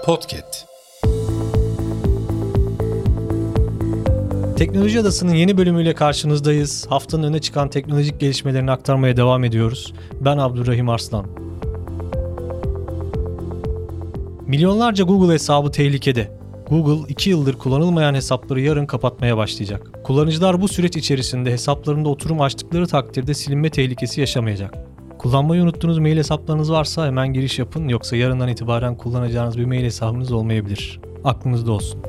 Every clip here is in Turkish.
Podcast. Teknoloji Adası'nın yeni bölümüyle karşınızdayız. Haftanın öne çıkan teknolojik gelişmelerini aktarmaya devam ediyoruz. Ben Abdurrahim Arslan. Milyonlarca Google hesabı tehlikede. Google 2 yıldır kullanılmayan hesapları yarın kapatmaya başlayacak. Kullanıcılar bu süreç içerisinde hesaplarında oturum açtıkları takdirde silinme tehlikesi yaşamayacak. Kullanmayı unuttuğunuz mail hesaplarınız varsa hemen giriş yapın, yoksa yarından itibaren kullanacağınız bir mail hesabınız olmayabilir. Aklınızda olsun.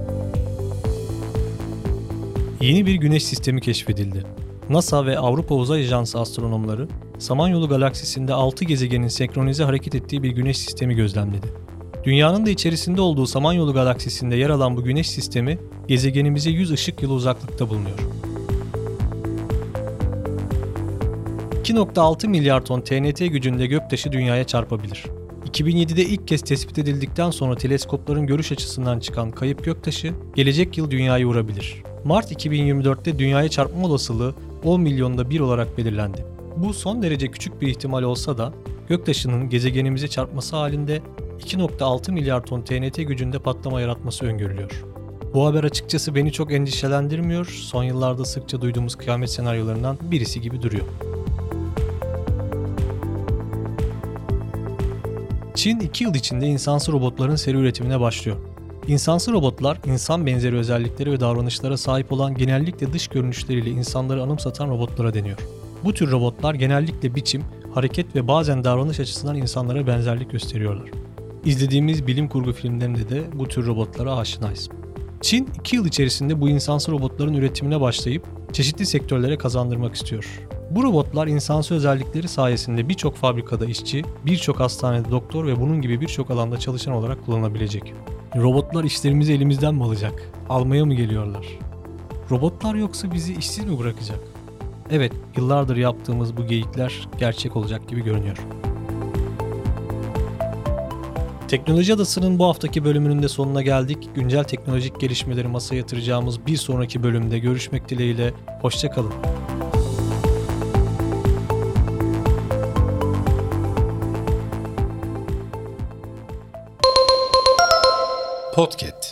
Yeni bir güneş sistemi keşfedildi. NASA ve Avrupa Uzay Ajansı astronomları, Samanyolu galaksisinde 6 gezegenin senkronize hareket ettiği bir güneş sistemi gözlemledi. Dünyanın da içerisinde olduğu Samanyolu galaksisinde yer alan bu güneş sistemi, gezegenimize 100 ışık yılı uzaklıkta bulunuyor. 2.6 milyar ton TNT gücünde göktaşı dünyaya çarpabilir. 2007'de ilk kez tespit edildikten sonra teleskopların görüş açısından çıkan kayıp göktaşı, gelecek yıl dünyayı vurabilir. Mart 2024'te dünyaya çarpma olasılığı 10 milyonda 1 olarak belirlendi. Bu son derece küçük bir ihtimal olsa da, göktaşının gezegenimize çarpması halinde 2.6 milyar ton TNT gücünde patlama yaratması öngörülüyor. Bu haber açıkçası beni çok endişelendirmiyor, son yıllarda sıkça duyduğumuz kıyamet senaryolarından birisi gibi duruyor. Çin 2 yıl içinde insansız robotların seri üretimine başlıyor. İnsansız robotlar, insan benzeri özellikleri ve davranışlara sahip olan, genellikle dış görünüşleriyle insanları anımsatan robotlara deniyor. Bu tür robotlar genellikle biçim, hareket ve bazen davranış açısından insanlara benzerlik gösteriyorlar. İzlediğimiz bilim kurgu filmlerinde de bu tür robotlara aşinayız. Çin 2 yıl içerisinde bu insansız robotların üretimine başlayıp çeşitli sektörlere kazandırmak istiyor. Bu robotlar insansız özellikleri sayesinde birçok fabrikada işçi, birçok hastanede doktor ve bunun gibi birçok alanda çalışan olarak kullanılabilecek. Robotlar işlerimizi elimizden mi alacak? Almaya mı geliyorlar? Robotlar yoksa bizi işsiz mi bırakacak? Evet, yıllardır yaptığımız bu geyikler gerçek olacak gibi görünüyor. Teknoloji Adası'nın bu haftaki bölümünün de sonuna geldik. Güncel teknolojik gelişmeleri masaya yatıracağımız bir sonraki bölümde görüşmek dileğiyle. Hoşça kalın. Podcast.